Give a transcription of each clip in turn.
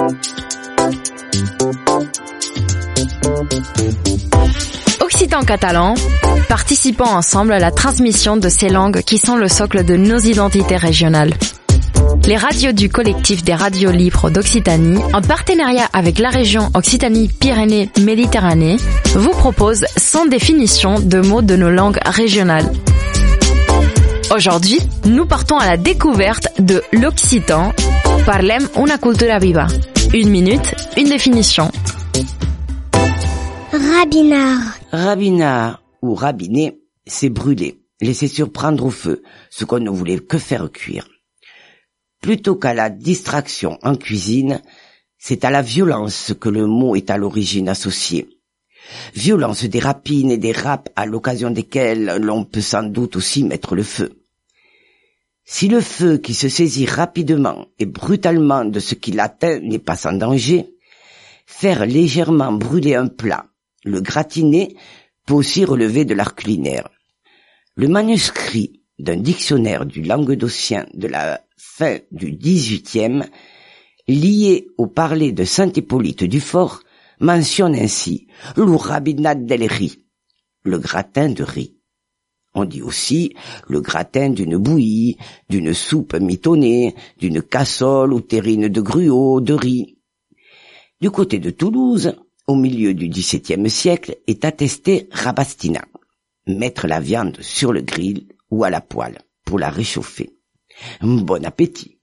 Occitan catalan, participons ensemble à la transmission de ces langues qui sont le socle de nos identités régionales. Les radios du collectif des radios libres d'Occitanie, en partenariat avec la région Occitanie-Pyrénées-Méditerranée, vous proposent 100 définitions de mots de nos langues régionales. Aujourd'hui, nous partons à la découverte de l'occitan. Parlem una cultura viva. 1 minute, une définition. Rabinard. Rabinard ou rabiner, c'est brûler, laisser surprendre au feu, ce qu'on ne voulait que faire cuire. Plutôt qu'à la distraction en cuisine, c'est à la violence que le mot est à l'origine associé. Violence des rapines et des rapes à l'occasion desquelles l'on peut sans doute aussi mettre le feu. Si le feu qui se saisit rapidement et brutalement de ce qui l'atteint n'est pas sans danger, faire légèrement brûler un plat, le gratiner, peut aussi relever de l'art culinaire. Le manuscrit d'un dictionnaire du languedocien de la fin du XVIIIe, lié au parler de Saint-Hippolyte du Fort, mentionne ainsi « le rabinat del riz », le gratin de riz. On dit aussi le gratin d'une bouillie, d'une soupe mitonnée, d'une cassole ou terrine de gruau, de riz. Du côté de Toulouse, au milieu du XVIIe siècle, est attesté rabastina, mettre la viande sur le grill ou à la poêle pour la réchauffer. Bon appétit.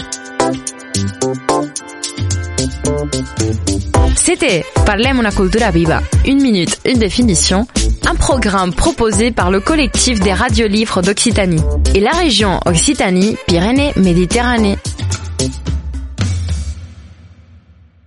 C'était Parlem una cultura viva. 1 minute, une définition. Un programme proposé par le collectif des radios libres d'Occitanie et la région Occitanie-Pyrénées-Méditerranée.